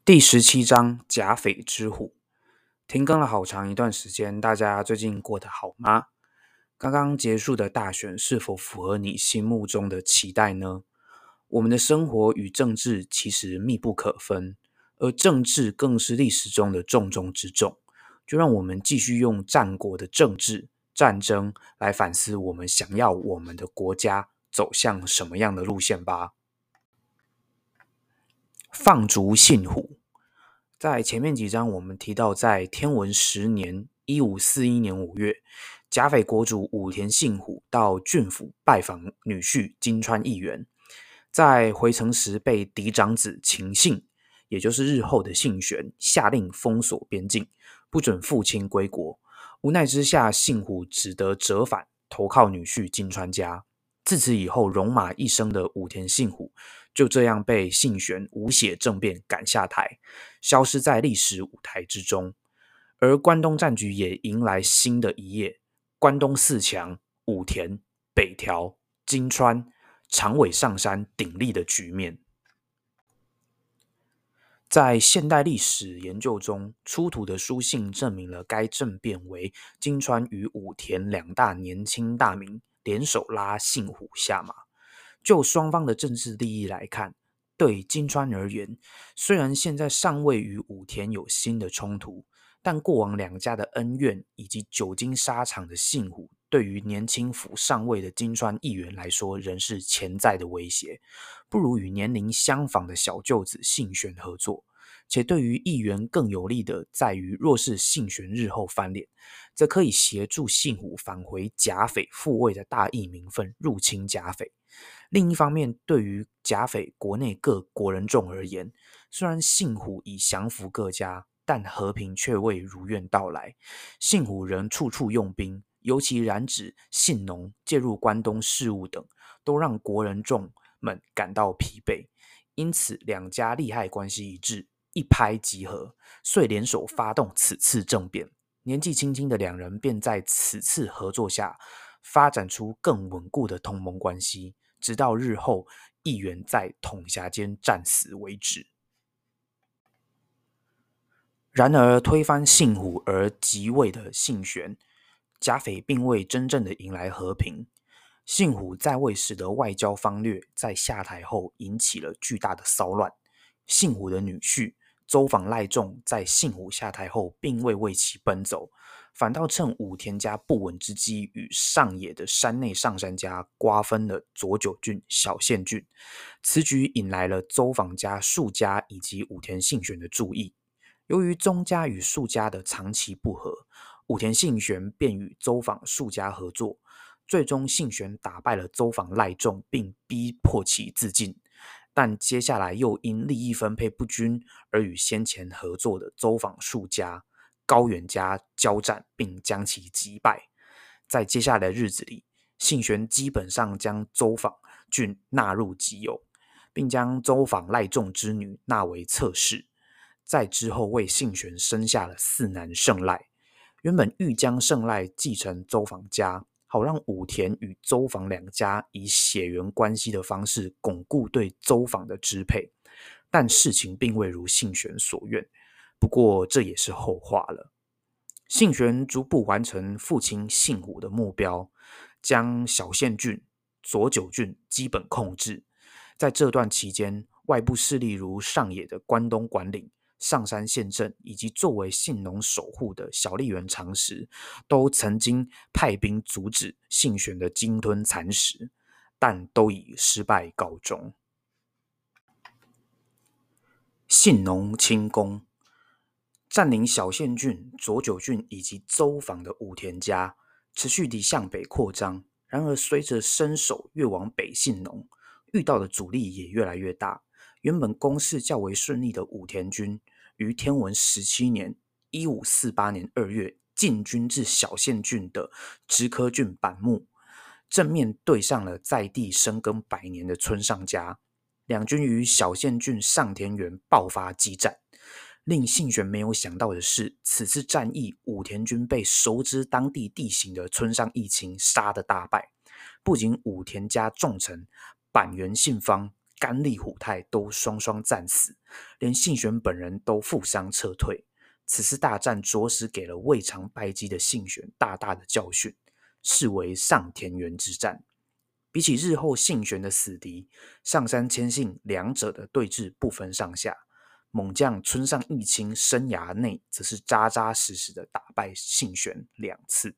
第17章甲斐之虎。停更了好长一段时间，大家最近过得好吗？刚刚结束的大选是否符合你心目中的期待呢？我们的生活与政治其实密不可分，而政治更是历史中的重中之重。就让我们继续用战国的政治战争来反思我们想要我们的国家走向什么样的路线吧。放逐信虎。在前面几章我们提到，在天文10年1541年5月，甲斐国主武田信虎到郡府拜访女婿金川义元，在回城时被嫡长子秦信，也就是日后的信玄，下令封锁边境，不准父亲归国。无奈之下，信虎只得折返，投靠女婿金川家。自此以后，戎马一生的武田信虎就这样被信玄无血政变赶下台，消失在历史舞台之中。而关东战局也迎来新的一页，关东四强武田、北条、金川、长尾上杉鼎立的局面。在现代历史研究中，出土的书信证明了该政变为金川与武田两大年轻大名联手拉信虎下马。就双方的政治利益来看，对金川而言，虽然现在尚未与武田有新的冲突，但过往两家的恩怨以及久经沙场的信虎，对于年轻府上位的金川议员来说仍是潜在的威胁，不如与年龄相仿的小舅子信玄合作。且对于议员更有利的在于，若是信玄日后翻脸，则可以协助信虎返回甲斐复位的大义名分，入侵甲斐。另一方面，对于甲斐国内各国人众而言，虽然信虎已降服各家，但和平却未如愿到来。信虎仍处处用兵，尤其染指信农介入关东事务等，都让国人众们感到疲惫。因此，两家利害关系一致，一拍即合，遂联手发动此次政变。年纪轻轻的两人便在此次合作下，发展出更稳固的同盟关系，直到日后议员在统辖间战死为止。然而，推翻信虎而即位的信玄，甲斐并未真正的迎来和平。信虎在位时的外交方略，在下台后引起了巨大的骚乱。信虎的女婿周访赖仲在信虎下台后，并未为其奔走，反倒趁武田家不稳之机，与上野的山内上杉家瓜分了佐久郡、小县郡。此举引来了周访家、树家以及武田信玄的注意。由于宗家与树家的长期不和，武田信玄便与周访、树家合作。最终，信玄打败了周访赖仲，并逼迫其自尽。但接下来又因利益分配不均而与先前合作的周访树家、高远家交战，并将其击败。在接下来的日子里，信玄基本上将周访郡纳入己有，并将周访赖仲之女纳为侧室。在之后为信玄生下了四男胜赖。原本欲将胜赖继承周访家，好让武田与周访两家以血缘关系的方式巩固对周访的支配，但事情并未如信玄所愿。不过这也是后话了。信玄逐步完成父亲信虎的目标，将小县郡、佐久郡基本控制。在这段期间，外部势力如上野的关东管领、上杉宪政以及作为信农守护的小笠原长时，都曾经派兵阻止信玄的鲸吞蚕食，但都以失败告终。信农清宫占领小县郡、佐久郡以及周访的武田家，持续地向北扩张。然而，随着伸手越往北信农，遇到的阻力也越来越大。原本攻势较为顺利的武田军，于天文17年1548年2月进军至小县郡的直科郡板木，正面对上了在地深耕100年的村上家。两军于小县郡上田园爆发激战。令信玄没有想到的是，此次战役武田军被熟知当地地形的村上义清杀得大败，不仅武田家重臣板垣信方甘利虎太都双双战死，连信玄本人都负伤撤退。此次大战着实给了未尝败绩的信玄大大的教训，视为上田园之战。比起日后信玄的死敌上杉谦信，两者的对峙不分上下。猛将村上义清生涯内则是扎扎实实的打败信玄2次。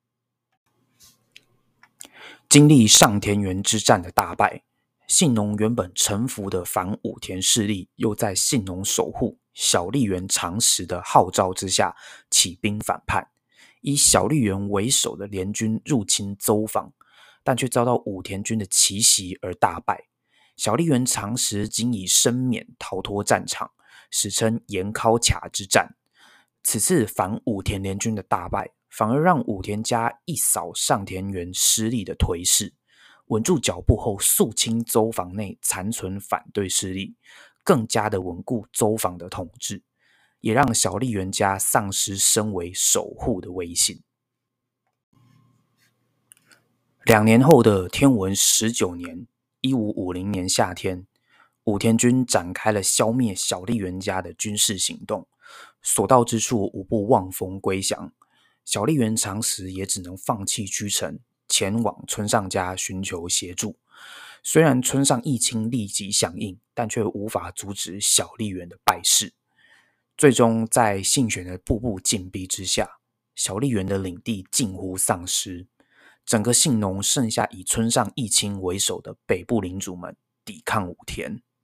经历上田园之战的大败，信浓原本臣服的反武田势力，又在信浓守护小笠原长时的号召之下起兵反叛，以小笠原为首的联军入侵邹访，但却遭到武田军的奇袭而大败。小笠原长时仅以生免逃脱战场，史称岩尻卡之战。此次反武田联军的大败，反而让武田家一扫上田园失利的颓势，稳住脚步后肃清邹访内残存反对势力，更加的稳固邹访的统治，也让小笠原家丧失身为守护的威信。2年后的天文19年1550年夏天，武田军展开了消灭小笠原家的军事行动，所到之处无不望风归降。小笠原长时也只能放弃居城，前往村上家寻求协助。虽然村上义清立即响应，但却无法阻止小笠原的败势。最终在信玄的步步紧逼之下，小笠原的领地近乎丧失，整个信浓剩下以村上义清为首的北部领主们抵抗武田。